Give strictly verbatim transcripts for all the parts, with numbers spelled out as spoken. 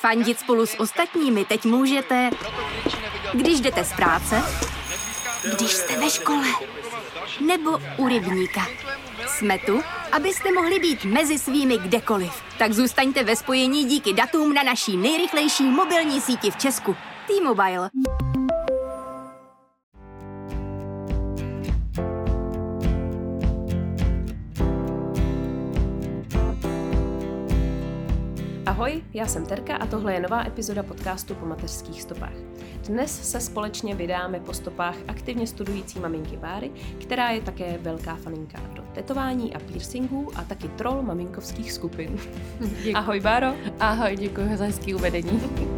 Fandit spolu s ostatními teď můžete, když jdete z práce, když jste ve škole, nebo u rybníka. Jsme tu, abyste mohli být mezi svými kdekoliv. Tak zůstaňte ve spojení díky datům na naší nejrychlejší mobilní síti v Česku. T-Mobile. Ahoj, já jsem Terka a tohle je nová epizoda podcastu Po mateřských stopách. Dnes se společně vydáme po stopách aktivně studující maminky Báry, která je také velká faninka do tetování a piercingů a taky troll maminkovských skupin. Děkuji. Ahoj Báro. Ahoj, děkuji za hezký uvedení.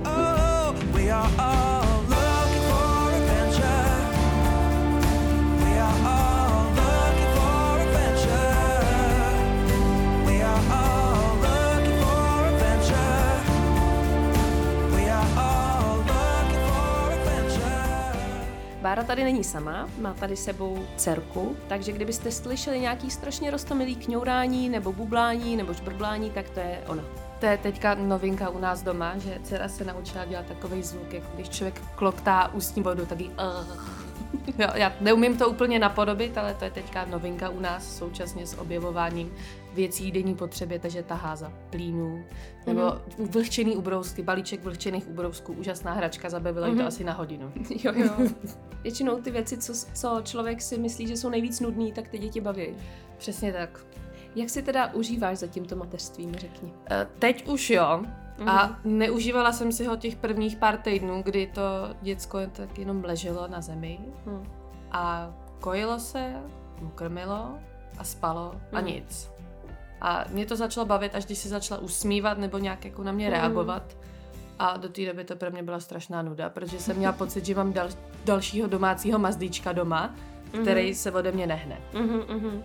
Bára tady není sama, má tady sebou dcerku, takže kdybyste slyšeli nějaký strašně roztomilý kňourání, nebo bublání, nebo žbrblání, tak to je ona. To je teďka novinka u nás doma, že dcera se naučila dělat takovej zvuk, jako když člověk kloktá ústní vodu, taky uh. Jo, já neumím to úplně napodobit, ale to je teďka novinka u nás současně s objevováním věcí denní potřeby, takže tahá za plínů, nebo mm-hmm. vlhčený ubrousky, balíček vlhčených ubrousků, úžasná hračka, zabavila mm-hmm. to asi na hodinu. Jo, jo. Většinou ty věci, co, co člověk si myslí, že jsou nejvíc nudný, tak ty děti baví. Přesně tak. Jak si teda užíváš za tímto mateřstvím, řekni? Teď už jo. Mm. A neužívala jsem si ho těch prvních pár týdnů, kdy to děcko tak jenom leželo na zemi mm. a kojilo se, krmilo a spalo mm. a nic. A mě to začalo bavit, až když se začala usmívat nebo nějak jako na mě mm. reagovat. A do té doby to pro mě byla strašná nuda, protože jsem měla pocit, že mám dal, dalšího domácího mazdíčka doma, který mm. se ode mě nehne. Mm, mm.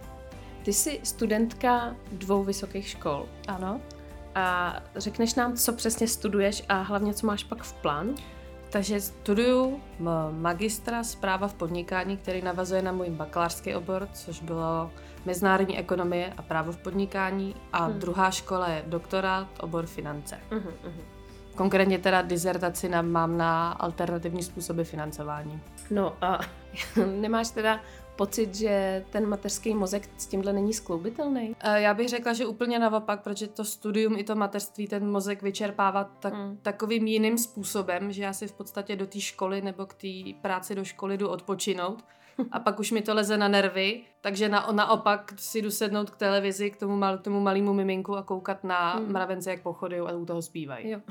Ty jsi studentka dvou vysokých škol. Ano. A řekneš nám, co přesně studuješ a hlavně, co máš pak v plánu? Takže studuju magistra správa v podnikání, který navazuje na můj bakalářský obor, což bylo mezinárodní ekonomie a právo v podnikání. A hmm. druhá škola je doktorát, obor finance. Uh-huh, uh-huh. Konkrétně teda dizertaci na, mám na alternativní způsoby financování. No a nemáš teda pocit, že ten mateřský mozek s tímhle není skloubitelný? Já bych řekla, že úplně naopak, protože to studium i to mateřství ten mozek vyčerpává tak, mm. takovým jiným způsobem, že já si v podstatě do té školy nebo k té práci do školy jdu odpočinout a pak už mi to leze na nervy, takže na, naopak si jdu sednout k televizi, k tomu, mal, k tomu malému miminku a koukat na mm. mravence, jak pochodují a u toho zpívají. Jo.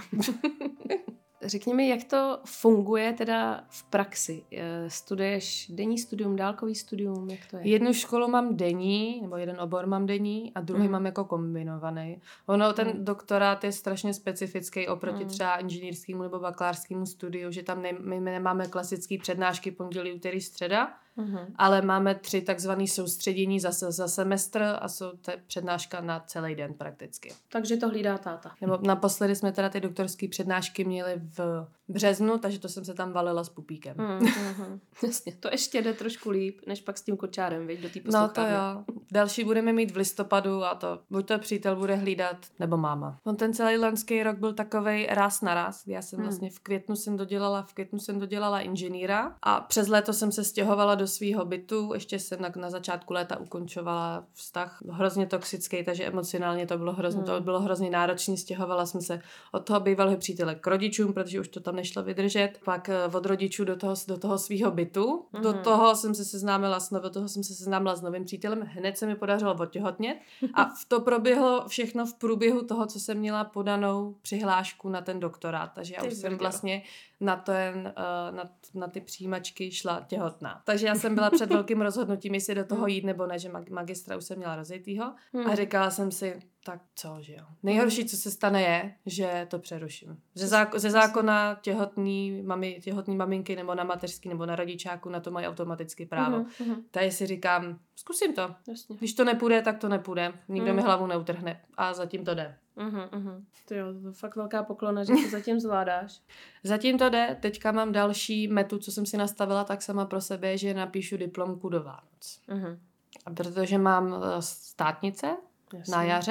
Řekni mi, jak to funguje teda v praxi? Studuješ denní studium, dálkový studium, jak to je? Jednu školu mám denní, nebo jeden obor mám denní a druhý mm. mám jako kombinovaný. Ono, ten mm. doktorát je strašně specifický oproti mm. třeba inženýrskému nebo bakalářskému studiu, že tam ne, my nemáme klasické přednášky pondělí, úterý, středa, mm. ale máme tři takzvané soustředění za, za semestr a jsou to přednáška na celý den prakticky. Takže to hlídá táta. Nebo naposledy jsme teda ty doktorské přednášky měli v březnu, takže to jsem se tam valila s pupíkem. Mm, mm, Jasně, to ještě jde trošku líp, než pak s tím kočárem, viď, do té poslouchárny. No to jo. Další budeme mít v listopadu a to buď to přítel bude hlídat, nebo máma. On ten celý loňský rok byl takovej ráz na ráz. Já jsem mm. vlastně v květnu jsem dodělala, v květnu jsem dodělala inženýra a přes léto jsem se stěhovala do svého bytu, ještě jsem na, na začátku léta ukončovala vztah hrozně toxický, takže emocionálně to bylo hrozně, mm. to bylo hrozně náročné. Stěhovala jsem se od toho bývalého přítele k rodičům, protože už to tam nešlo vydržet. Pak od rodičů do toho, do toho svého bytu. Mm. Do toho jsem se seznámila s, do toho jsem se seznámila s novým přítelem. Hned se mi podařilo otěhotnět. A v to proběhlo všechno v průběhu toho, co jsem měla podanou přihlášku na ten doktorát. Takže já už jsem vlastně na, ten, na, na ty přijímačky šla těhotná. Takže já jsem byla před velkým rozhodnutím, jestli do toho jít nebo ne, že magistra už jsem měla rozjetýho. A říkala jsem si, tak co, že jo. Nejhorší, co se stane, je, že to přeruším. Ze, záko- ze zákona těhotný, mami, těhotný maminky nebo na mateřský nebo na rodičáku na to mají automaticky právo. Uh-huh. Takže si říkám, zkusím to. Jasně. Když to nepůjde, tak to nepůjde. Nikdo uh-huh. mi hlavu neutrhne. A zatím to jde. Uh-huh, uh-huh. To jo, to je fakt velká poklona, že to zatím zvládáš. Zatím to jde. Teďka mám další metu, co jsem si nastavila tak sama pro sebe, že napíšu diplomku do Vánoc. Uh-huh. A protože mám státnice, jasně, na jaře,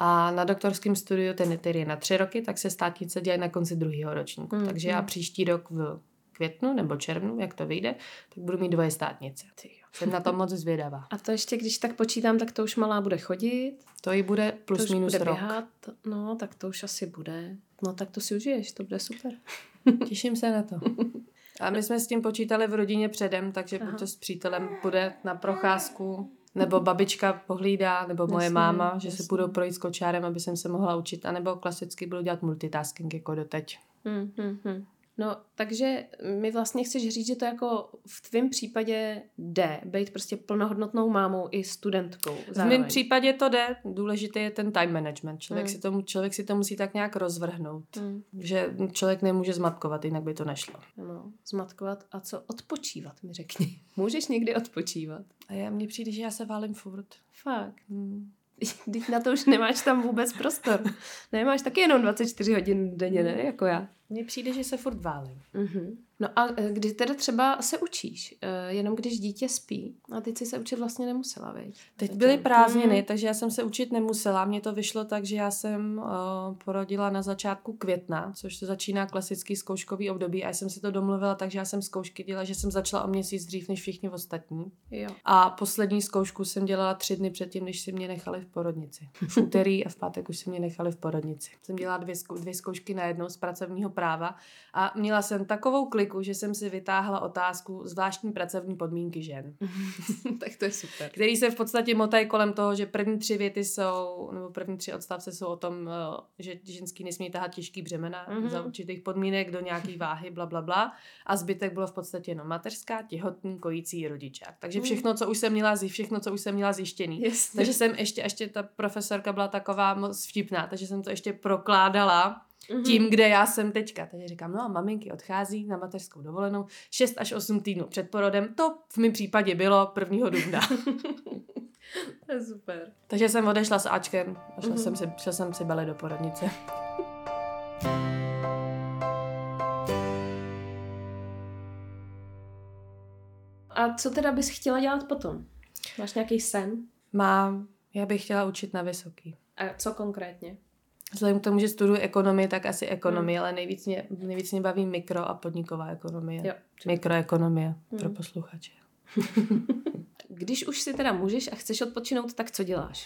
A na doktorském studiu, ten který je na tři roky, tak se státnice dělají na konci druhého ročníku. Mm. Takže já příští rok v květnu nebo červnu, jak to vyjde, tak budu mít dvoje státnice. Jsem na to moc zvědavá. A to ještě, když tak počítám, tak to už malá bude chodit. To jí bude plus to minus bude rok. Běhat. No, tak to už asi bude. No, tak to si užiješ, to bude super. Těším se na to. A my jsme s tím počítali v rodině předem, takže buď to s přítelem bude na procházku, nebo babička pohlídá, nebo moje jasně, máma, že jasně. se budou projít s kočárem, aby jsem se mohla učit, anebo klasicky budu dělat multitasking jako doteď. Hmm, hmm, hmm. No, takže mi vlastně chceš říct, že to jako v tvém případě jde být prostě plnohodnotnou mámou i studentkou. Zároveň. V mém případě to jde. Důležitý je ten time management. Člověk, hmm. si, to, člověk si to musí tak nějak rozvrhnout. Hmm. Že člověk nemůže zmatkovat, jinak by to nešlo. No, zmatkovat a co odpočívat, mi řekni. Můžeš někdy odpočívat? A já, mně přijde, že já se válím furt. Fakt. Hmm. Teď na to už nemáš tam vůbec prostor. Nemáš taky jenom dvacet čtyři hodin denně, ne? Jako já. Mně přijde, že se furt válím. Mm-hmm. No a kdy teda třeba se učíš? E, jenom když dítě spí. A teď si se učit vlastně nemusela, viď? Teď byly prázdniny, mm. takže já jsem se učit nemusela. Mně to vyšlo tak, že já jsem uh, porodila na začátku května, což to začíná klasický zkouškový období. A já jsem si to domluvila tak, že já jsem zkoušky dělala, že jsem začala o měsíc dřív než všichni ostatní. Jo. A poslední zkoušku jsem dělala tři dny předtím, než si mě nechali v porodnici. V úterý a v pátek už si mě nechali v porodnici. Jsem dělala dvě, zkou- dvě zkoušky najednou z pracovního práva a měla jsem takovou kliku, že jsem si vytáhla otázku zvláštní pracovní podmínky žen. Tak to je super. Který se v podstatě motají kolem toho, že první tři věty jsou, nebo první tři odstavce jsou o tom, že ženský nesmí tahat těžký břemena mm-hmm. za určitých podmínek do nějaký váhy, bla, bla, bla. A zbytek bylo v podstatě jenom mateřská, těhotný, kojící rodičák. Takže všechno, co už jsem měla, všechno, co už jsem měla zjištěný. Jasně. Takže jsem ještě, ještě ta profesorka byla taková moc vtipná, takže jsem to ještě prokládala tím, kde já jsem teďka. Takže říkám, no a maminky odchází na mateřskou dovolenou šest až osm týdnů před porodem. To v mém případě bylo prvního dubna. To je super. Takže jsem odešla s Ačkem a šla, mm-hmm. jsem, si, šla jsem si balit do porodnice. A co teda bys chtěla dělat potom? Máš nějaký sen? Mám. Já bych chtěla učit na vysoký. A co konkrétně? Vzhledem k tomu, že studuji ekonomii, tak asi ekonomie, hmm. ale nejvíc mě, nejvíc mě baví mikro a podniková ekonomie. Jo. Mikroekonomie hmm. pro posluchače. Když už si teda můžeš a chceš odpočinout, tak co děláš?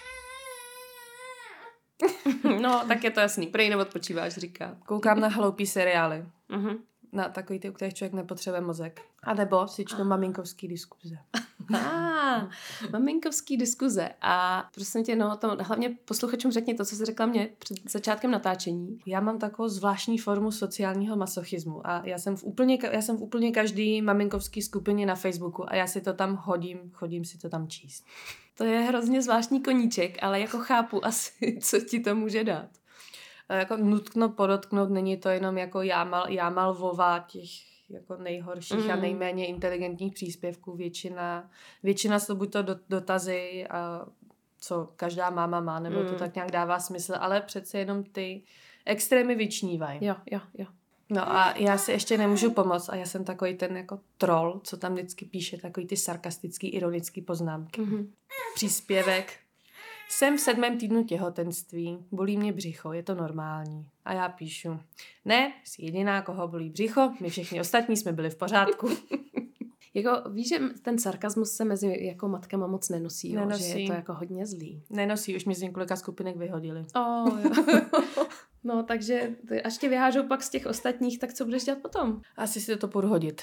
No, tak je to jasný. Prej neodpočíváš, říká. Koukám na hloupý seriály. Uh-huh. Na takový ty, u kterých člověk nepotřebuje mozek. A nebo si čtu maminkovský diskuze. Ah, maminkovský diskuze. A prosím tě, no, to hlavně posluchačům řekni to, co jsi řekla mě před začátkem natáčení. Já mám takovou zvláštní formu sociálního masochismu a já jsem v úplně, já jsem v úplně každý maminkovský skupině na Facebooku a já si to tam hodím, chodím si to tam číst. To je hrozně zvláštní koníček, ale jako chápu asi, co ti to může dát. Jako nutno podotknout, není to jenom jako jámal, jámalvová těch jako nejhorších mm. a nejméně inteligentních příspěvků. Většina, většina jsou buď to dotazy, a co každá máma má, nebo mm. to tak nějak dává smysl, ale přece jenom ty extrémy vyčnívají. Jo, jo, jo. No a já si ještě nemůžu pomoct a já jsem takový ten jako troll, co tam vždycky píše takový ty sarkastický, ironický poznámky. Mm-hmm. Příspěvek. Jsem v sedmém týdnu těhotenství, bolí mě břicho, je to normální. A já píšu, ne, jsi jediná, koho bolí břicho, my všichni ostatní jsme byli v pořádku. Jako víš, že ten sarkazmus se mezi jako matkama moc nenosí, jo? nenosí. Že je to jako hodně zlý. Nenosí, už mi z několika skupinek vyhodili. Oh, jo. No, takže až tě vyhážou pak z těch ostatních, tak co budeš dělat potom? Asi si to půjdu hodit.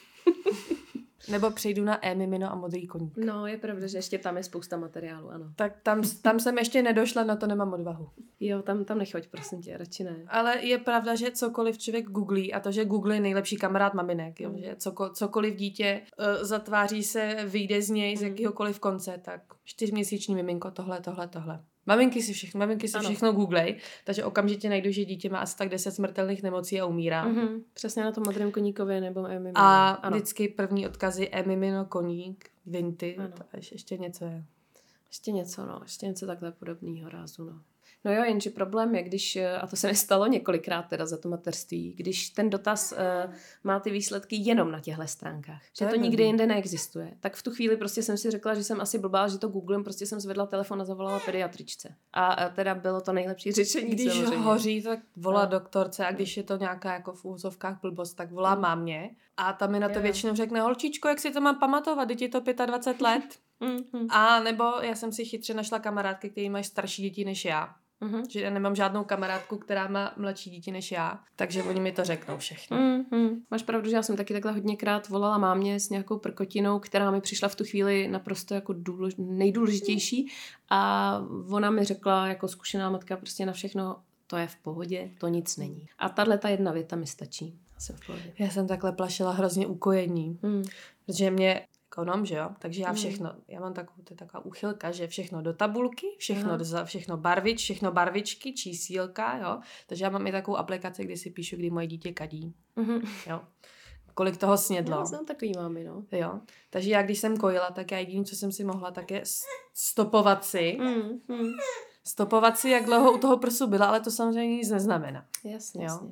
Nebo přejdu na e-mimino a modrý koník. No, je pravda, že ještě tam je spousta materiálu, ano. Tak tam, tam jsem ještě nedošla, na to nemám odvahu. Jo, tam, tam nechoď, prosím tě, radši ne. Ale je pravda, že cokoliv člověk googlí, a to, že Google je nejlepší kamarád maminek, jo, mm. že coko, cokoliv dítě uh, zatváří se, vyjde z něj z jakýhokoliv konce, tak čtyřměsíční miminko, tohle, tohle, tohle. Maminky si všechno, maminky si všechno googlej, takže okamžitě najdu, že dítě má asi tak deset smrtelných nemocí a umírá. Mm-hmm. Přesně na tom modrém koníkově nebo e-mimino. A ano. Vždycky první odkazy e-mimino, koník, vinty, to ještě něco je. Ještě něco, no, ještě něco takhle podobného rázu, no. No jo, jenže problém je, když, a to se mi stalo několikrát teda za to mateřství, když ten dotaz uh, má ty výsledky jenom na těchto stránkách, že to, to nikde jinde neexistuje, tak v tu chvíli prostě jsem si řekla, že jsem asi blbá, že to googlem, prostě jsem zvedla telefon a zavolala pediatričce. A, a teda bylo to nejlepší řešení. Když samozřejmě. hoří, tak volá no. doktorce a když je to nějaká jako v úzovkách blbost, tak volá Mm. mámě a ta mi na to Jo. většinou řekne, holčičko, jak si to mám pamatovat, teď je to dvacet pět let. Mm-hmm. A nebo já jsem si chytře našla kamarádky, které mají starší děti než já. Mm-hmm. Že já nemám žádnou kamarádku, která má mladší děti než já, takže oni mi to řeknou všechno. Mm-hmm. Máš pravdu, že já jsem taky takhle hodněkrát volala mámě s nějakou prkotinou, která mi přišla v tu chvíli naprosto jako důlež- nejdůležitější a ona mi řekla jako zkušená matka prostě na všechno, to je v pohodě, to nic není. A tahle ta jedna věta mi stačí. Jsem v pohodě. Já jsem takhle plašila hrozně ukojení, Mm. protože mě ekonom, že jo, takže já všechno, mm. já mám takovou, to je taková úchylka, že všechno do tabulky, všechno, do, všechno barvič, všechno barvičky, čísílka, jo, takže já mám i takovou aplikaci, kde si píšu, kdy moje dítě kadí, Mm-hmm. jo, kolik toho snědlo. Já znám takový mámy, no. Jo, takže já když jsem kojila, tak já jediné, co jsem si mohla, tak je stopovat si, Mm, mm. stopovat si, jak dlouho u toho prsu byla, ale to samozřejmě nic neznamená. Jasně, Jo. jasně.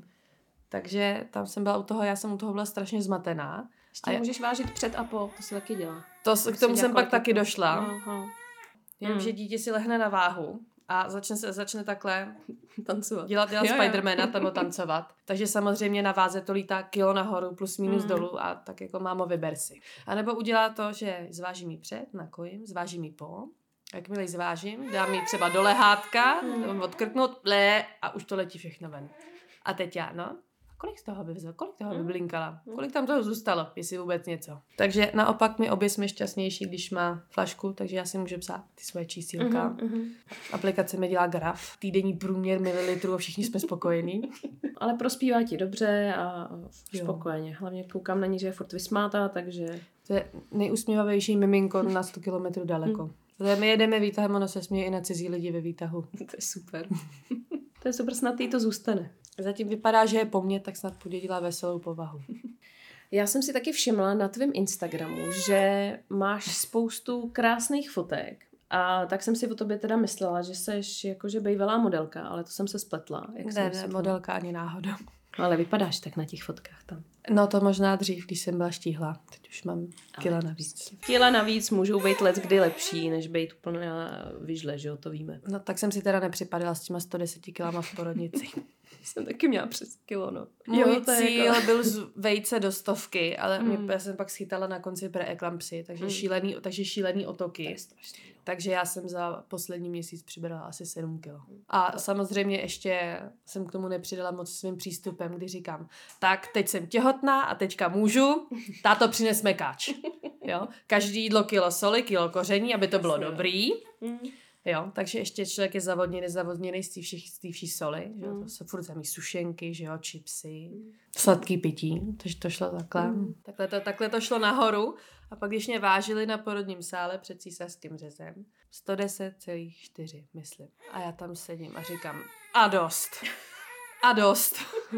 Takže tam jsem byla u toho, já jsem u toho byla strašně zmatená. Ještě A je- můžeš vážit před a po, to se taky dělá. To, Tak k tomu si jsem dělá pak taky kolik- došla. Aha. Jenom, Mm. že dítě si lehne na váhu a začne, se, začne takhle Tancovat. dělat, dělat Jo, jo. Spidermana nebo tancovat. Takže samozřejmě na váze to lítá kilo nahoru plus minus Mm. dolů a tak jako mámo, vyber si. A nebo udělá to, že zvážím jí před, nakojím, zvážím jí po. Jakmile ji zvážím, dám jí třeba do lehátka, Mm. odkrknout, blé, a už to letí všechno ven. A teď já, no, kolik z toho by vzal, kolik toho by Mm. blinkala, kolik tam toho zůstalo, jestli vůbec něco. Takže naopak my obě jsme šťastnější, když má flašku, takže já si můžu psát ty svoje čísílka. Mhm, mhm. Aplikace mi dělá graf, týdenní průměr mililitrů a všichni jsme spokojení. Ale prospívá ti dobře a Jo. spokojeně. Hlavně koukám na ní, že je furt vysmátá, takže... To je nejusměvavější miminko na sto kilometrů daleko. Hmm. My jedeme výtahem, ono se směje i na cizí lidi ve výtahu. To je super. To je super, snad jí to zůstane. Zatím vypadá, že je po mně, tak snad podědila veselou povahu. Já jsem si taky všimla na tvém Instagramu, že máš spoustu krásných fotek. A tak jsem si o tobě teda myslela, že seš jakože bývalá modelka, ale to jsem se spletla. Jak jsem Ne, ne, vysvětlila. modelka ani náhodou. Ale vypadáš tak na těch fotkách tam. No to možná dřív, když jsem byla štíhla. Teď už mám kila Ale navíc. Kila navíc můžou být let kdy lepší, než být úplně vyžle, že jo, to víme. No tak jsem si teda nepřipadala s těma sto deset kilama v porodnici. Jsem taky měla přes kilo, no. Můj Jo, to je cíl jako- byl z vejce do stovky, ale Mm. mě, já jsem pak schytala na konci preeklampsy, takže, Mm. šílený, takže šílený otoky. To je strašný, no. Takže já jsem za poslední měsíc přibrala asi sedm kilo. A samozřejmě ještě jsem k tomu nepřidala moc svým přístupem, kdy říkám, tak teď jsem těhotná a teďka můžu, táto přines mekáč. Jo? Každý jídlo kilo soli, kilo koření, aby to bylo Jasně, jo. dobrý. Mm. Jo, takže ještě člověk je zavodněný, nezavodněný z té vší, z té vší soli, že jo, Mm. to jsou furt samý sušenky, že jo, čipsy, sladký pití, takže to šlo takhle. Mm. Takhle to, takhle to šlo nahoru a pak když mě vážili na porodním sále před císařským řezem, sto deset celá čtyři, myslím. A já tam sedím a říkám, a dost, a dost.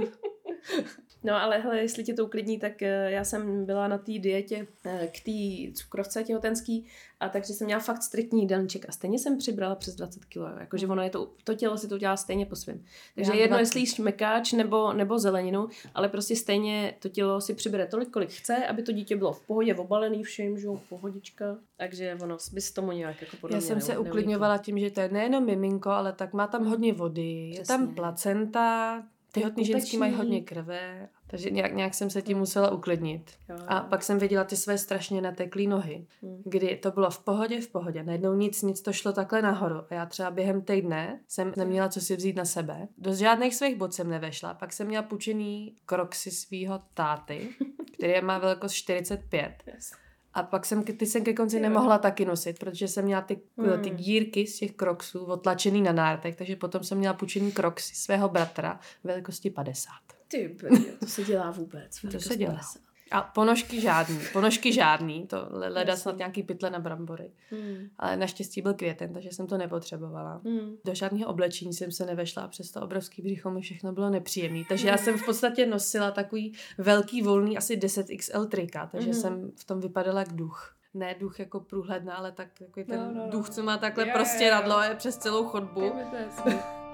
No ale hele, jestli tě to uklidní, tak eh, já jsem byla na té dietě eh, k té cukrovce těhotenský a takže jsem měla fakt striktní jídelníček a stejně jsem přibrala přes dvacet kilo, jakože ono je to, to tělo si to dělá stejně po svém. Takže Já jedno, dvacet. jestli jíš mekáč nebo, nebo zeleninu, ale prostě stejně to tělo si přibere tolik, kolik chce, aby to dítě bylo v pohodě, obalený všem, že jo, pohodička, takže ono bys tomu nějak jako podle Já mě jsem neu- se neuniklo. uklidňovala tím, že to je nejenom miminko, ale tak má tam hodně vody, je tam Přesně. placenta, těhotný ženský pupeční. mají hodně krve, takže nějak, nějak jsem se tím musela uklidnit. Jo, jo. A pak jsem viděla ty své strašně nateklý nohy, Hmm. kdy to bylo v pohodě, v pohodě. Najednou nic, nic to šlo takhle nahoru. A já třeba během týdne jsem neměla co si vzít na sebe. Do žádných svých bod jsem nevešla. Pak jsem měla půjčený kroxy svýho táty, který má velikost čtyřicet pět. Yes. A pak jsem, ty jsem ke konci Jo. nemohla taky nosit, protože jsem měla ty, Hmm. ty dírky z těch kroxů otlačený na nártek, takže potom jsem měla půjčený kroxy svého bratra velikosti padesát. Ty brďo, to se dělá vůbec. To se dělá. A ponožky žádný, ponožky žádný, to le- leda Jasně. snad nějaký pytle na brambory. Hmm. Ale naštěstí byl květen, takže jsem to nepotřebovala. Hmm. Do žádného oblečení jsem se nevešla a přes to obrovský břicho mi všechno bylo nepříjemné. Takže já jsem v podstatě nosila takový velký, volný, asi deset iks el trika, takže Mhm. jsem v tom vypadala jak duch. Ne duch jako průhledná, ale tak jako ten No, no, no. duch, co má takhle Jo, prostě jo, jo. radlo je přes celou chodbu. Je mi to jasný.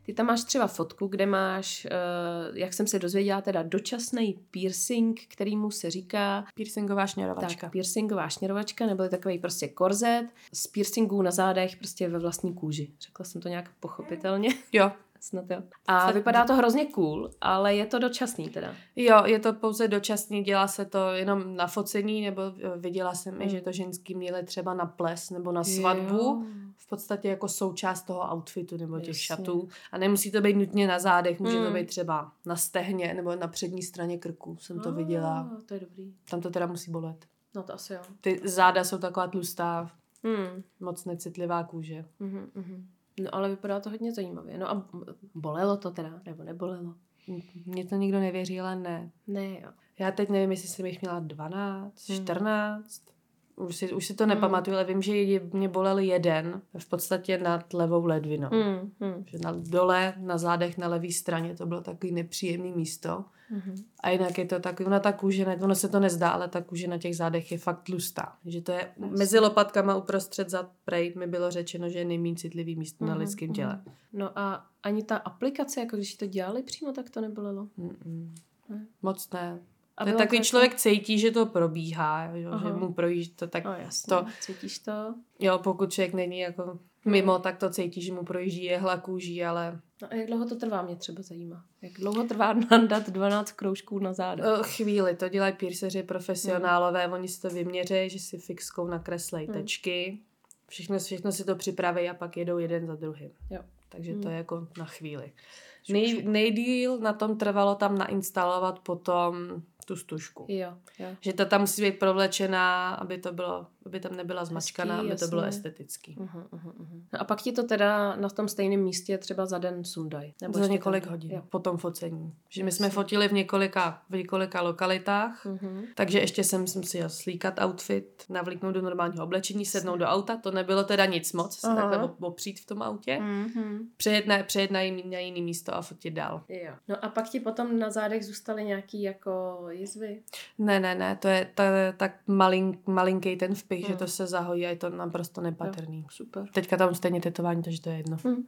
Ty tam máš třeba fotku, kde máš, uh, jak jsem se dozvěděla, teda dočasný piercing, kterýmu se říká... Piercingová šněrovačka. Tak, piercingová šněrovačka, nebo takový prostě korzet z piercingů na zádech prostě ve vlastní kůži. Řekla jsem to nějak pochopitelně. Jo. Snad jo. A vypadá to hrozně cool, ale je to dočasný teda. Jo, je to pouze dočasný, dělá se to jenom na focení, nebo viděla jsem mm. i, že to ženský měly třeba na ples nebo na svatbu. Jo. V podstatě jako součást toho outfitu nebo těch Jasně. šatů. A nemusí to být nutně na zádech, může mm. to být třeba na stehně nebo na přední straně krku. Jsem to oh, viděla. To je dobrý. Tam to teda musí bolet. No to asi jo. Ty záda jsou taková tlustá, mm. moc necitlivá kůže. Mm, mm. No ale vypadá to hodně zajímavě. No a bolelo to teda, nebo nebolelo? Mně to nikdo nevěří, ale ne. Ne, jo. Já teď nevím, jestli jsem jich měla dvanáct, hmm. čtrnáct. Už si, už si to nepamatuju, ale vím, že je, mě bolel jeden v podstatě nad levou ledvinou. Hmm. Hmm. Že na dole, na zádech, na levé straně, to bylo takový nepříjemný místo. Hmm. A jinak je to takový, ona ta kůže, ono se to nezdá, ale ta kůže na těch zádech je fakt tlustá. Že to je Jasně. mezi lopatkama uprostřed zad prej mi bylo řečeno, že je nejméně citlivý místo hmm. na lidském těle. No a ani ta aplikace, jako když to dělali přímo, tak to nebolelo? Hmm. Hmm. Moc ne. A to je takový člověk jako... cítí, že to probíhá, jo, že mu projíždí to tak. O, jasně. To, cítíš to? Jo, pokud člověk není jako mimo, tak to cítí, že mu projíždí jehla kůží, ale... No a jak dlouho to trvá, mě třeba zajímá. Jak dlouho trvá nandat dvanáct kroužků na záda? O, chvíli, to dělají pierceři profesionálové, hmm. oni si to vyměří, že si fixkou nakreslej hmm. tečky, všechno, všechno si to připraví a pak jedou jeden za druhým. Jo. Takže hmm. to je jako na chvíli. Nej, nejdýl na tom trvalo tam nainstalovat potom tu stužku. Jo, jo. Že to tam musí být provlečená, aby to bylo, aby tam nebyla zmačkaná, aby jasný. to bylo estetický. Uh-huh, uh-huh. No a pak ti to teda na tom stejném místě třeba za den sundaj. Nebo za několik tam... hodin, jo. Po tom focení. Že my jsme fotili v několika, v několika lokalitách, uh-huh. takže ještě jsem, jsem si jel slíkat outfit, navlíknout do normálního oblečení, sednout do auta, to nebylo teda nic moc, uh-huh. takhle opřít v tom autě, uh-huh. přejet, na, přejet na, jiný, na jiný místo a fotit dál. Jo. No a pak ti potom na zádech zůstaly nějaký jako jizvy? Ne, ne, ne, to je ta, tak malink, malinký ten vpich, hmm. že to se zahojí a je to naprosto nepatrný. Jo, super. Teďka tam stejně tetování, takže to je jedno. Hmm.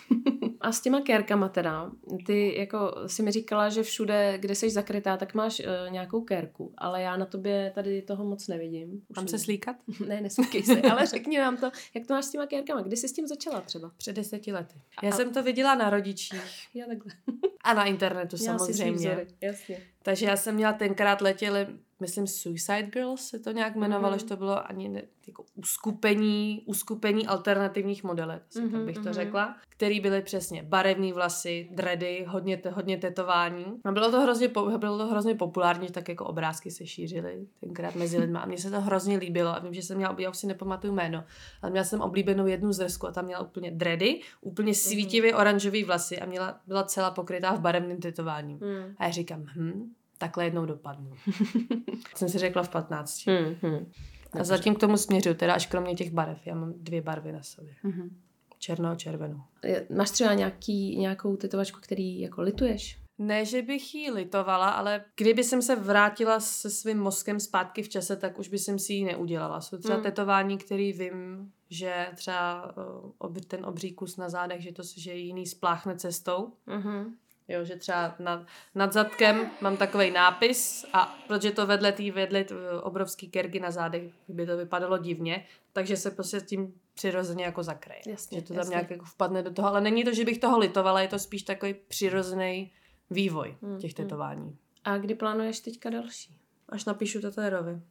A s těma kérkama teda, ty jako si mi říkala, že všude, kde jsi zakrytá, tak máš uh, nějakou kérku, ale já na tobě tady toho moc nevidím. Mám se slíkat? Ne, neslíkej se, ale řekni nám to, jak to máš s těma kérkama, kdy jsi s tím začala třeba? Před deseti lety. Já a... jsem to viděla na rodičích. Já takhle. A na internetu já samozřejmě. Jasně. Takže já jsem měla tenkrát letěli, myslím Suicide Girls se to nějak jmenovalo, mm. že to bylo ani ne, jako uskupení, uskupení alternativních modelek, mm-hmm, tak bych to mm-hmm. řekla, který byly přesně barevný vlasy, dready, hodně, hodně tetování. A bylo to hrozně, bylo to hrozně populární, tak jako obrázky se šířily tenkrát mezi lidmi a mně se to hrozně líbilo a vím, že jsem měla, já už si nepamatuju jméno, ale měla jsem oblíbenou jednu zrsku a tam měla úplně dready, úplně svítivě oranžový vlasy a měla, byla celá pokrytá v barevném tetování. Mm. A já říkám, hm, takhle jednou dopadnu. Jsem si řekla v patnácti. Hmm, hmm. A zatím k tomu směřuju, teda až kromě těch barev. Já mám dvě barvy na sobě. Hmm. Černou a červenou. Máš třeba nějaký, nějakou tetovačku, který jako lituješ? Ne, že bych ji litovala, ale kdyby jsem se vrátila se svým mozkem zpátky v čase, tak už by jsem si ji neudělala. Jsou třeba hmm. tetování, který vím, že třeba ob, ten obří kus na zádech, že to že jiný spláchne cestou. Hmm. Jo, že třeba nad, nad zadkem mám takovej nápis a protože to vedle tý vedle tý obrovský kergy na zádech by to vypadalo divně, takže se prostě tím přirozeně jako zakryje. Jasně, že to tam jasně. nějak jako vpadne do toho, ale není to, že bych toho litovala, je to spíš takový přirozený vývoj hmm, těch tetování. A kdy plánuješ teďka další? Až napíšu tetérovi.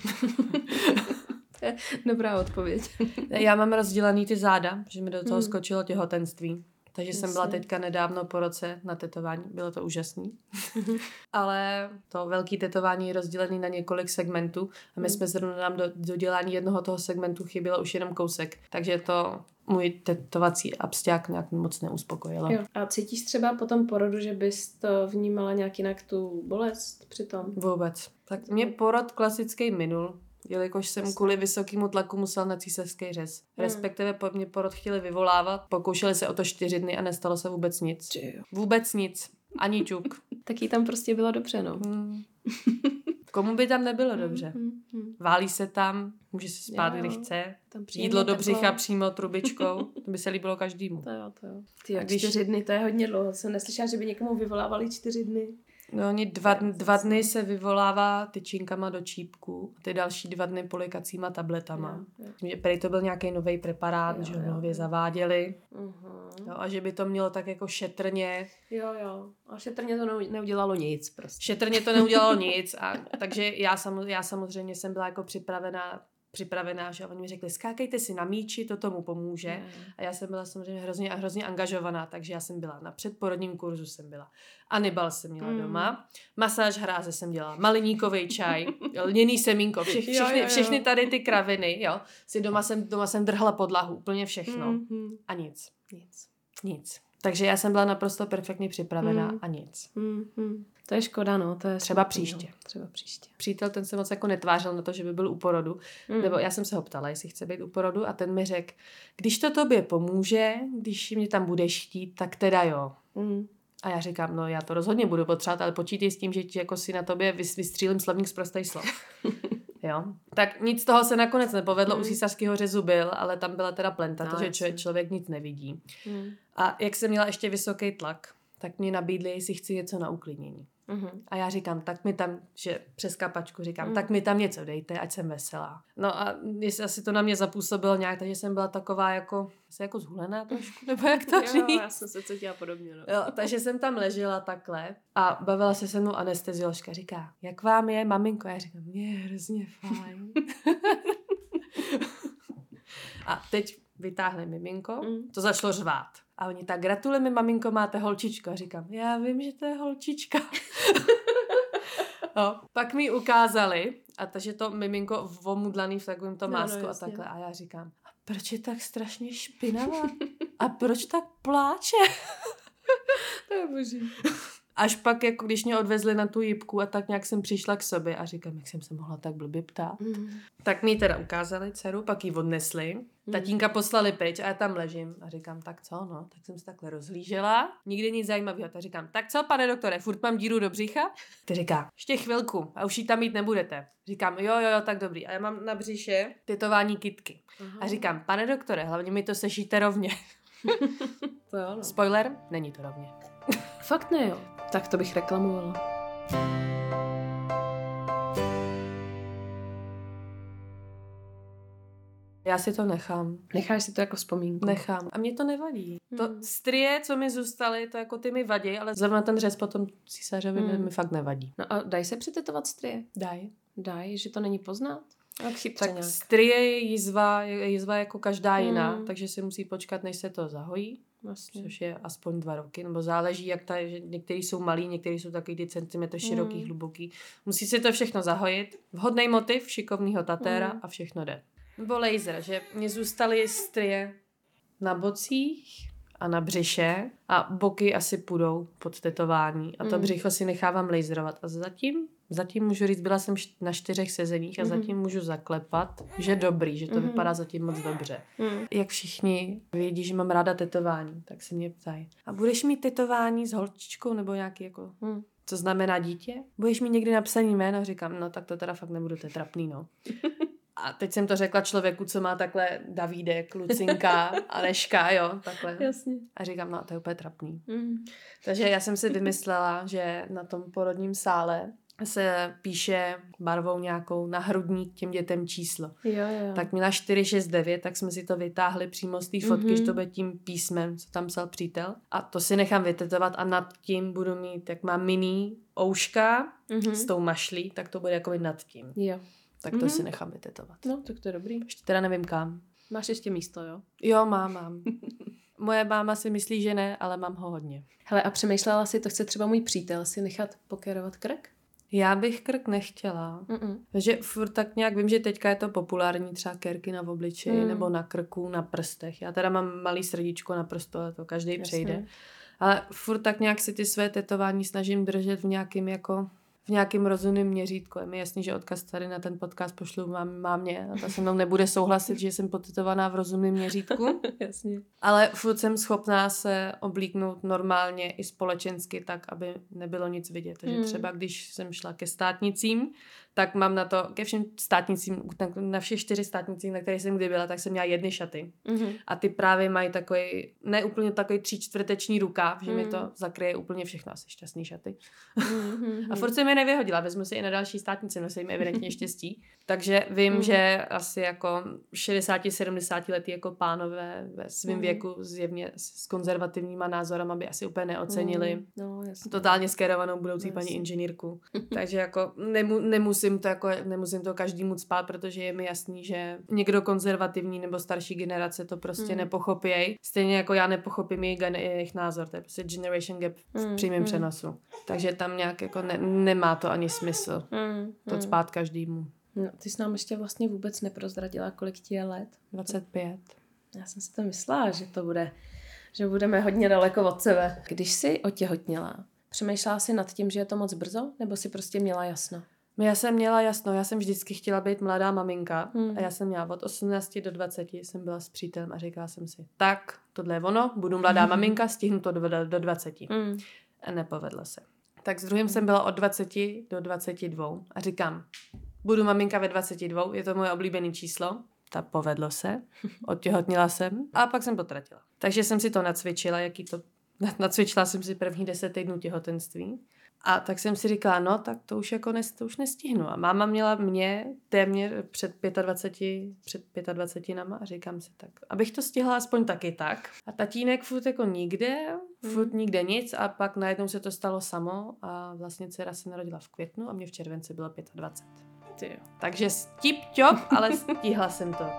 To je dobrá odpověď. Já mám rozdělený ty záda, že mi do toho hmm. skočilo těhotenství. Takže Jasně. jsem byla teďka nedávno po roce na tetování. Bylo to úžasný. Ale to velké tetování je rozdělené na několik segmentů a my jsme zrovna nám do, do dělání jednoho toho segmentu chybělo už jenom kousek. Takže to můj tetovací absťák nějak moc neuspokojilo. Jo. A cítíš třeba po tom porodu, že bys to vnímala nějak jinak tu bolest přitom? Vůbec. Tak mě porod klasický minul. Jelikož jsem kvůli vysokému tlaku musel na císařský řez. Hmm. Respektive po mě porod chtěli vyvolávat, pokoušeli se o to čtyři dny a nestalo se vůbec nic. Vůbec nic. Ani čuk. Tak jí tam prostě bylo dobře, no. Hmm. Komu by tam nebylo Mm, dobře? mm, mm. Válí se tam, může se spát, Jo, jo. kdy chce. Tam příjemně Jídlo do teplo. břicha přímo trubičkou. To by se líbilo každému. To jo, to jo. Ty A když- čtyři dny, to je hodně dlouho. Jsem neslyšela, že by někomu vyvolávali čtyři dny. No, oni dva, dva dny se vyvolává tyčinkama do čípku, ty další dva dny polikacíma tabletama. Jo, jo. Že Prej to byl nějaký nový preparát, Jo, že ho jo, nově jo. zaváděli. Uh-huh. Jo, a že by to mělo tak jako šetrně. Jo, jo. A šetrně to neu- neudělalo nic prostě. Šetrně to neudělalo nic. A, takže já, sam, já samozřejmě jsem byla jako připravená, připravená, že oni mi řekli, skákejte si na míči, to tomu pomůže. Jo, jo. A já jsem byla samozřejmě hrozně a hrozně angažovaná, takže já jsem byla na předporodním kurzu, jsem byla. Anibal jsem měla Mm. doma, masáž hráze jsem dělala, maliníkovej čaj, lněný semínko, vše, všechny, Jo, jo, jo. všechny tady ty kraviny, jo. Si doma jsem, doma jsem drhla podlahu, úplně všechno. Mm-hmm. A nic. Nic. Nic. Takže já jsem byla naprosto perfektně připravená Mm. a nic. Mm-hmm. To je škoda, no. To je Třeba smutný, příště. No. Třeba příště. Přítel, ten se moc jako netvářil na to, že by byl u porodu. Mm. Nebo já jsem se ho ptala, jestli chce být u porodu a ten mi řekl, když to tobě pomůže, když mě tam budeš chtít, tak teda jo. Mm. A já říkám, no já to rozhodně budu potřebovat, ale počítej s tím, že ti jako si na tobě vys- vystřílím slovník z prostej slov. Jo. Tak nic z toho se nakonec nepovedlo, Mm. u císařského řezu byl, ale tam byla teda plenta, No, takže jasně. č- člověk nic nevidí. Mm. A jak jsem měla ještě vysoký tlak, tak mě nabídli, jestli chci něco na uklidnění. Mm-hmm. A já říkám, tak mi tam, že přes kapačku říkám, Mm. tak mi tam něco dejte, ať jsem veselá. No a jestli asi to na mě zapůsobilo nějak, takže jsem byla taková jako, asi jako zhulená trošku, nebo jak to Jo, říct. já jsem se cítila podobně, no. Jo, takže jsem tam ležela takhle a bavila se se mnou anestezioložka. Říká, jak vám je, maminko? Já říkám, mě je hrozně fajn. A teď vytáhne miminko, Mm. to začalo řvát. A oni tak, gratulujeme, maminko, máte holčičku. A říkám, já vím, že to je holčička. No, pak mi ukázali, a takže to miminko vomudlaný v takovém tom No, no, másku a jasně. takhle. A já říkám, a proč je tak strašně špinavá? A proč tak pláče? To je boží. Až pak, jako když mě odvezli na tu jipku a tak nějak jsem přišla k sobě a říkám, jak jsem se mohla tak blbě ptát. Mm. Tak mi ji teda ukázali dceru, pak ji odnesli. Tatínka poslali pryč a já tam ležím a říkám, tak co, no, tak jsem se takhle rozhlížela. Nikdy nic zajímavého. Tak říkám, tak co, pane doktore, furt mám díru do břicha? Ty říká, ještě chvilku a už ji tam mít nebudete. Říkám, jo, jo, jo, tak dobrý. A já mám na břiše tetování kytky. Aha. A říkám, pane doktore, hlavně mi to sešíte rovně. To jo, no. Spoiler, není to rovně. Fakt ne, jo. Tak to bych reklamovala. Já si to nechám. Necháš si to jako vzpomínku. Nechám. A mě to nevadí. Hmm. To strie, co mi zůstaly, to jako ty mi vadí, ale zrovna ten řez potom císařovi Hmm. mi, mi fakt nevadí. No a dají se přitetovat strie? Daj. Dají, že to není poznat? Tak chytře Tak nějak. strie je jizva, je jizva jako každá jiná, Hmm. takže si musí počkat, než se to zahojí, Vlastně. což je aspoň dva roky, nebo záleží, jak ta, že některý jsou malý, některý jsou takový ty centimetry široký, Hmm. hluboký. Musí se to všechno zahojit. Vhodný motiv, šikovnýho tatéra Hmm. a všechno jde. Nebo laser, že mě zůstaly strie na bocích a na břiše a boky asi půjdou pod tetování a to Mm. břicho si nechávám laserovat a zatím, zatím můžu říct, byla jsem št- na čtyřech sezeních a Mhm. zatím můžu zaklepat, že dobrý, že to Mhm. vypadá zatím moc dobře. Mm. Jak všichni vědí, že mám ráda tetování, tak se mě ptají. A budeš mít tetování s holčičkou nebo nějaký jako, Mm. co znamená dítě? Budeš mít někdy napsaný jméno? Říkám, no tak to teda fakt nebudu, to je trapný, no. A teď jsem to řekla člověku, co má takhle Davídek, Lucinka, Aleška, jo, takhle. Jasně. A říkám, no to je úplně trapný. Mm. Takže já jsem si vymyslela, že na tom porodním sále se píše barvou nějakou na hrudník těm dětem číslo. Jo, jo. Tak měla čtyři šest devět, tak jsme si to vytáhli přímo z té fotky, Mhm. že to bude tím písmem, co tam psal přítel. A to si nechám vytetovat a nad tím budu mít, jak má mini ouška Mhm. s tou mašlí, tak to bude jako nad tím. Jo. Tak to Mhm. si nechám vytetovat. No, tak to je dobrý. Ještě teda nevím kam. Máš ještě místo, jo? Jo, mám, mám. Moje máma si myslí, že ne, ale mám ho hodně. Hele, a přemýšlela si, to chce třeba můj přítel si nechat pokerovat krk? Já bych krk nechtěla. Mm-mm. Takže furt tak nějak vím, že teďka je to populární, třeba kerky na obličeji Mm. nebo na krku, na prstech. Já teda mám malý srdíčko na prstu, ale to každý Jasně. přejde. Ale furt tak nějak si ty své tetování snažím držet v nějakým jako v nějakém rozumném měřítku. Je mi jasný, že odkaz tady na ten podcast pošlu mám, mámě a ta se mnou nebude souhlasit, že jsem potetovaná v rozumném měřítku. Jasně. Ale furt jsem schopná se oblíknout normálně i společensky tak, aby nebylo nic vidět. Takže mm. třeba když jsem šla ke státnicím, tak mám na to, ke všem státnicím, na všech čtyři státnicích, na kterých jsem kdy byla, tak jsem měla jedny šaty. Mm-hmm. A ty právě mají takový, ne úplně takový tříčtvrteční rukáv, že mm. mi to zakryje úplně všechno, asi šťastný šaty. Mm-hmm. A furt jsem je nevyhodila, vezmu si i na další státnici, nosím evidentně štěstí. Takže vím, mm. že asi jako šedesát sedmdesát letý jako pánové ve svém mm. věku zjevně s konzervativníma názorama by asi úplně neocenili mm. no, totálně skérovanou budoucí no, paní inženýrku. Takže jako nemu, nemusím to jako nemusím to každému spát, protože je mi jasný, že někdo konzervativní nebo starší generace to prostě mm. nepochopějí. Stejně jako já nepochopím jejich, jejich názor. To je prostě generation gap v mm. přímém mm. přenosu. Takže tam nějak jako ne, nemá to ani smysl mm. to spát každému. No, ty jsi nám ještě vlastně vůbec neprozradila, kolik ti je let. dvacet pět. Já jsem si to myslela, že to bude, že budeme hodně daleko od sebe. Když jsi otěhotněla, přemýšlela jsi nad tím, že je to moc brzo, nebo jsi prostě měla jasno? Já jsem měla jasno, já jsem vždycky chtěla být mladá maminka hmm. a já jsem měla od osmnácti do dvaceti, jsem byla s přítelem a říkala jsem si, tak, tohle je ono, budu mladá hmm. maminka, stihnu to do, do dvaceti. Hmm. A nepovedlo se. Tak s druhým jsem byla od dvaceti do dvaceti dvou a říkám, budu maminka ve dvaceti dvou, je to moje oblíbené číslo, tak povedlo se, otěhotnila jsem a pak jsem potratila. Takže jsem si to nacvičila, jaký to, nacvičila jsem si první deset týdnů těhotenství. A tak jsem si říkala, no, tak to už jako nes, to už nestihnu. A máma měla mě téměř před dvaceti pěti, před dvaceti pěti a říkám si tak, abych to stihla aspoň taky tak. A tatínek furt jako nikde, furt hmm. nikde nic a pak najednou se to stalo samo a vlastně dcera se narodila v květnu a mě v červenci bylo dvacet pět. Ty jo. Takže stip čop, ale stihla jsem to.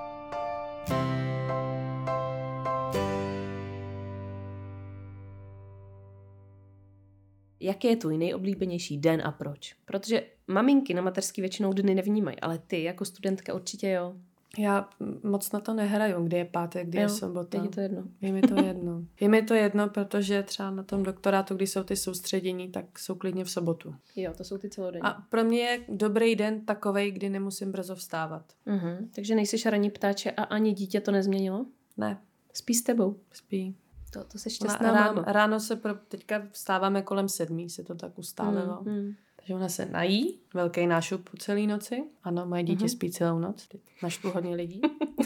Jaký je tvůj nejoblíbenější den a proč? Protože maminky na mateřský většinou dny nevnímají, ale ty jako studentka určitě jo. Já moc na to nehraju, kdy je pátek, kdy jo, je sobota. Je ti to jedno. Je mi to jedno. Je mi to jedno, protože třeba na tom doktorátu, když jsou ty soustředění, tak jsou klidně v sobotu. Jo, to jsou ty celodenní. A pro mě je dobrý den takovej, kdy nemusím brzo vstávat. Uh-huh. Takže nejsi ranní ptáče a ani dítě to nezměnilo? Ne. Spí s tebou? Spí. To, to jsi šťastná Ona, máma. Ráno, ráno se pro, teďka vstáváme kolem sedmí, se to tak ustálilo. Mm, mm. Takže ona se nají, velký nášup po celé noci. Ano, moje dítě mm-hmm. spí celou noc. Teď naštvu hodně lidí.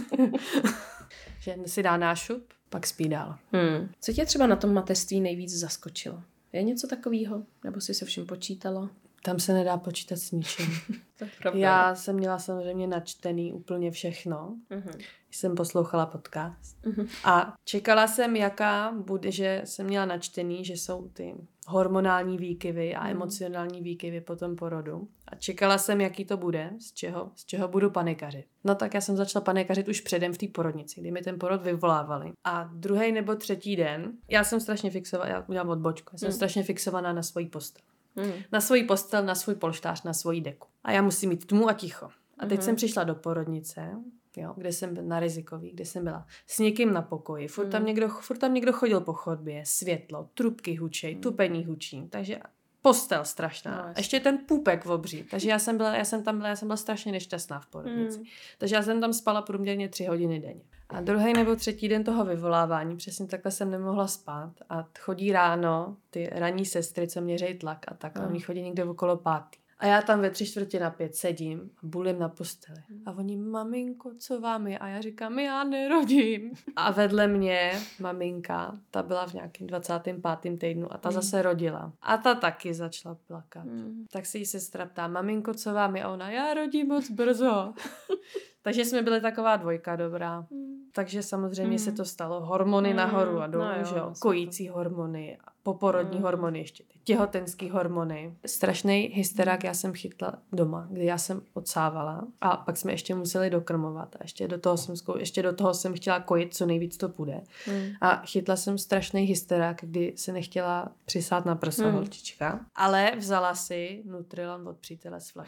Že si dá nášup, pak spí dál. Hmm. Co tě třeba na tom mateřství nejvíc zaskočilo? Je něco takového? Nebo jsi se vším počítala? Tam se nedá počítat s ničím. To je pravda. Já jsem měla samozřejmě načtený úplně všechno. Uh-huh. Jsem poslouchala podcast. Uh-huh. A čekala jsem, jaká bude, že jsem měla načtený, že jsou ty hormonální výkyvy a uh-huh. emocionální výkyvy po tom porodu. A čekala jsem, jaký to bude, z čeho, z čeho budu panikařit. No tak já jsem začala panikařit už předem v té porodnici, kdy mi ten porod vyvolávali. A druhý nebo třetí den, já jsem strašně fixovaná, já udělám odbočku, já jsem uh-huh. strašně fixovaná na svoji postel. Mm. Na svůj postel, na svůj polštář, na svoji deku. A já musím mít tmu a ticho. A teď mm. jsem přišla do porodnice, jo, kde jsem na rizikový, kde jsem byla s někým na pokoji. Furt, mm. tam, někdo, furt tam někdo chodil po chodbě, světlo, trubky hučej, mm. tupení hučí. Takže postel strašná. No, ještě ten půpek obří. Takže já jsem byla, já jsem tam byla, já jsem byla strašně nešťastná v porodnici. Mm. Takže já jsem tam spala průměrně tři hodiny denně. A druhý nebo třetí den toho vyvolávání, přesně takhle jsem nemohla spát. A chodí ráno ty ranní sestry, co měřejí tlak a tak. A oni chodí někde okolo pátý. A já tam ve tři čtvrtě na pět sedím a bulím na posteli. A oni, maminko, co vám je? A já říkám, já nerodím. A vedle mě maminka, ta byla v nějakém dvacátém pátém týdnu a ta mm. zase rodila. A ta taky začala plakat. Mm. Tak se jí sestra ptá, maminko, co vám je? A ona, já rodím moc brzo. Takže jsme byli taková dvojka dobrá. Mm. Takže samozřejmě mm. se to stalo. Hormony mm. nahoru a dolů, no že jo. Kojící hormony, poporodní mm. hormony, ještě ty těhotenský hormony. Strašný hysterák já jsem chytla doma, kdy já jsem odsávala a pak jsme ještě museli dokrmovat a ještě do toho jsem, zkou, ještě do toho jsem chtěla kojit, co nejvíc to půjde. Mm. A chytla jsem strašný hysterák, kdy se nechtěla přisát na prso mm. holčička, ale vzala si Nutrilan od přítele z flašky.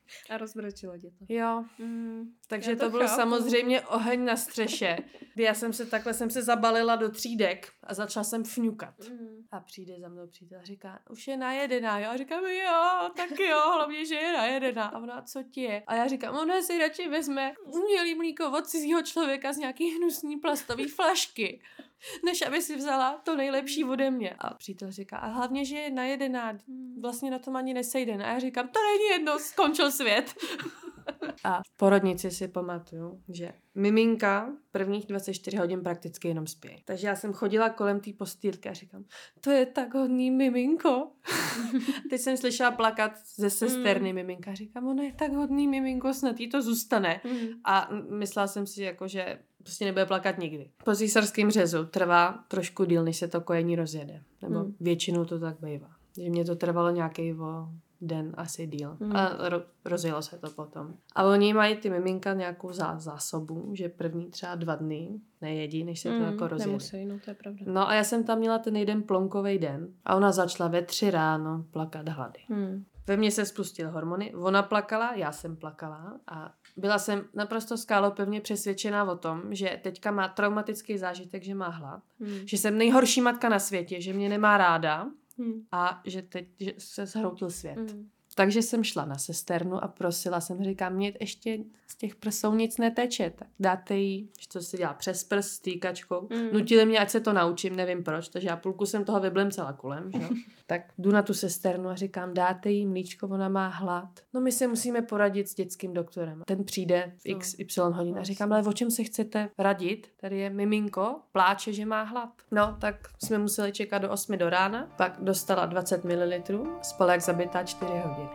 A rozmračilo tě to. Jo. Mm, Takže to, to byl chápu. samozřejmě oheň na střeše. Kdy já jsem se takhle jsem se zabalila do třídek a začala jsem fňukat. Mm. A přijde za mnou přítel a říká, už je najedená. Já říkám, jo, tak jo, hlavně, že je najedená. A ona, co ti je? A já říkám, ona si radši vezme umělý mlíko od cizího člověka z nějaký hnusný plastový flašky, než aby si vzala to nejlepší ode mě. A přítel říká, a hlavně, že je najedená. Vlastně na tom ani nesejde. A já říkám, to není jedno, skončil svět. A v porodnici si pamatuju, že miminka prvních dvacet čtyři hodin prakticky jenom spí. Takže já jsem chodila kolem té postýlky a říkám, to je tak hodný miminko. Teď jsem slyšela plakat ze sesterny mm. miminka. Říkám, ono je tak hodný miminko, snad jí to zůstane. Mm. A myslela jsem si, jako, že prostě nebude plakat nikdy. Po císařském řezu trvá trošku díl, než se to kojení rozjede. Nebo mm. většinou to tak bývá. Že mě to trvalo nějaký o den asi díl. Mm. A ro- rozjelo se to potom. A oni mají ty miminka nějakou zá- zásobu, že první třeba dva dny nejedí, než se to mm, jako rozjede. Nemusí, no to je pravda. No a já jsem tam měla ten jeden plonkovej den a ona začala ve tři ráno plakat hlady. Mm. Ve mně se spustily hormony, ona plakala, já jsem plakala a byla jsem naprosto skálopevně přesvědčená o tom, že teďka má traumatický zážitek, že má hlad, mm. že jsem nejhorší matka na světě, že mě nemá ráda, Hmm. a že teď že se zhroutil svět. Hmm. Takže jsem šla na sesternu a prosila jsem, říkám, mě ještě z těch prsou nic neteče, tak dáte jí, co se dělá přes prst s týkačkou. Mm. Nutili mě, ať se to naučím, nevím proč, takže já půlku jsem toho vyblemcela kulem, že? Tak jdu na tu sesternu a říkám, dáte jí mlíčko, ona má hlad. No my se musíme poradit s dětským doktorem. Ten přijde v iks ypsilon hodin a říkám, ale o čem se chcete radit? Tady je miminko, pláče, že má hlad. No, tak jsme museli čekat do osmi do rána, pak dostala dvacet mililitrů, spala jak zabitá čtyři hodiny.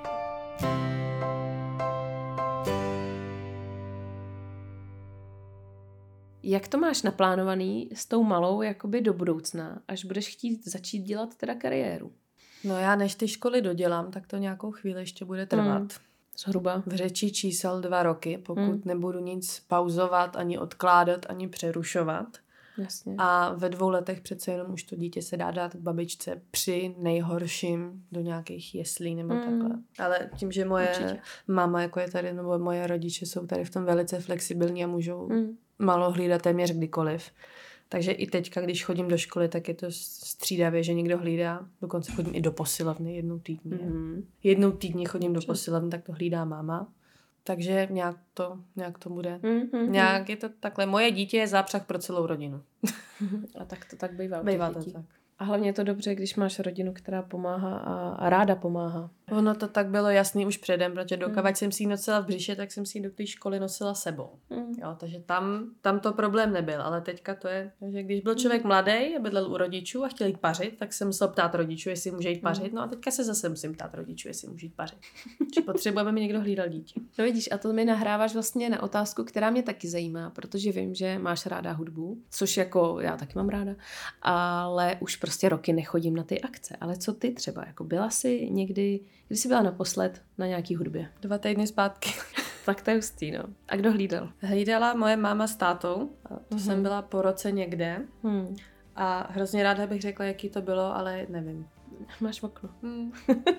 Jak to máš naplánovaný s tou malou jakoby do budoucna, až budeš chtít začít dělat teda kariéru? No já než ty školy dodělám, tak to nějakou chvíli ještě bude trvat. Hmm. Zhruba. V řeči čísel dva roky, pokud hmm. nebudu nic pauzovat, ani odkládat, ani přerušovat. Jasně. A ve dvou letech přece jenom už to dítě se dá dát k babičce při nejhorším do nějakých jeslí nebo mm. takhle. Ale tím, že moje Určitě. máma jako je tady, nebo moje rodiče jsou tady v tom velice flexibilní a můžou mm. malo hlídat téměř kdykoliv. Takže i teďka, když chodím do školy, tak je to střídavě, že někdo hlídá. Dokonce chodím i do posilovny jednou týdně. Mm. Jednou týdně chodím do posilovny, tak to hlídá máma. Takže nějak to, nějak to bude. Mm-hmm. Nějak je to takhle. Moje dítě je zápřah pro celou rodinu. A tak to tak bývá. Bývá to tak. A hlavně je to dobře, když máš rodinu, která pomáhá a, a ráda pomáhá. Ono to tak bylo jasný už předem, protože dokud mm. jsem si ji nosila v břiše, tak jsem si ji do té školy nosila sebou. Mm. Jo, takže tam, tam to problém nebyl, ale teďka to je, že když byl člověk mladý a bydlel u rodičů a chtěl jít pařit, tak jsem musel ptát rodičů, jestli může jít pařit. No a teďka se zase musím ptát rodičů, jestli může jít pařit. Že potřebuje, aby mi někdo hlídal dítě. No vidíš, a to mi nahráváš vlastně na otázku, která mě taky zajímá, protože vím, že máš ráda hudbu, což jako já taky mám ráda, ale už prostě roky nechodím na ty akce. Ale co ty třeba? Jako byla jsi někdy, kdy jsi byla naposled na nějaký hudbě? Dva týdny zpátky. Tak to je hustý, no. A kdo hlídal? Hlídala moje máma s tátou. To mm-hmm. jsem byla po roce někde. Hmm. A hrozně ráda bych řekla, jaký to bylo, ale nevím. Máš okno. Hmm.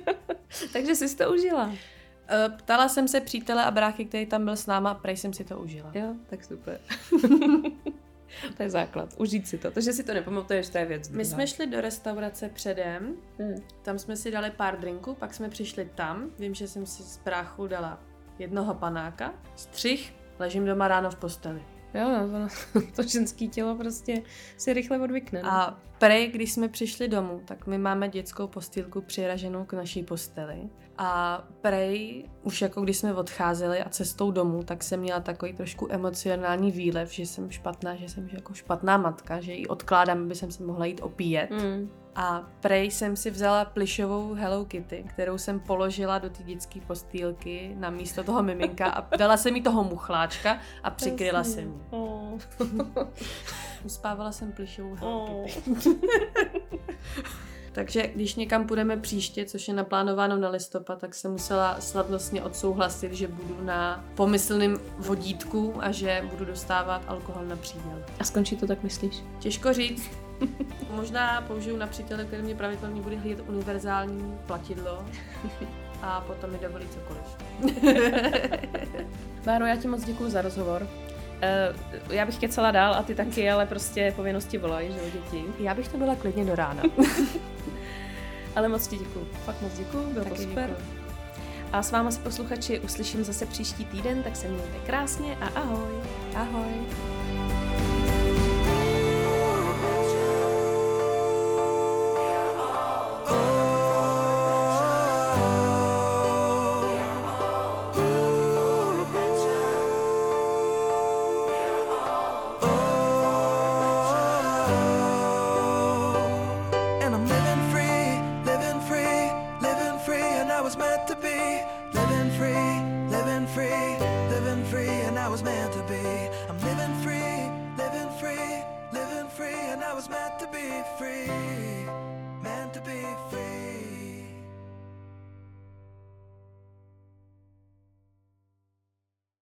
Takže jsi to užila. Ptala jsem se přítele a bráchy, který tam byl s náma, a prej jsem si to užila. Jo, tak super. To je základ. Užít si to. To, že si to nepamatuješ, to je věc. My jsme šli do restaurace předem, hmm. tam jsme si dali pár drinků, pak jsme přišli tam. Vím, že jsem si z bráchu dala jednoho panáka, střih, ležím doma ráno v posteli. Jo, no, to, to ženský tělo prostě si rychle odvykne. Ne? A prej, když jsme přišli domů, tak my máme dětskou postýlku přiraženou k naší posteli. A prej, už jako když jsme odcházeli a cestou domů, tak jsem měla takový trošku emocionální výlev, že jsem špatná, že jsem jako špatná matka, že ji odkládám, aby jsem se mohla jít opíjet. Mm. A prej jsem si vzala plyšovou Hello Kitty, kterou jsem položila do té dětské postýlky na místo toho miminka a dala jsem jí toho muchláčka a přikryla jsem ji. Oh. Uspávala jsem plyšovou Hello oh. Kitty. Takže když někam půjdeme příště, což je naplánováno na listopad, tak jsem musela slavnostně odsouhlasit, že budu na pomyslném vodítku a že budu dostávat alkohol na příděl. A skončí to tak, myslíš? Těžko říct. Možná použiju na přítele, který mě pravidelně bude hlídat univerzální platidlo. a potom mi dovolí cokoliv. Báro, já ti moc děkuju za rozhovor. Uh, já bych kecala dál a ty taky, ale prostě povinnosti volají, že jo, děti. Já bych to byla klidně do rána. Ale moc ti děkuju. Fakt moc děkuju, bylo to super. Děkuju. A s váma se posluchači uslyším zase příští týden, tak se mějte krásně a ahoj. Ahoj. Meant to be free, meant to be free.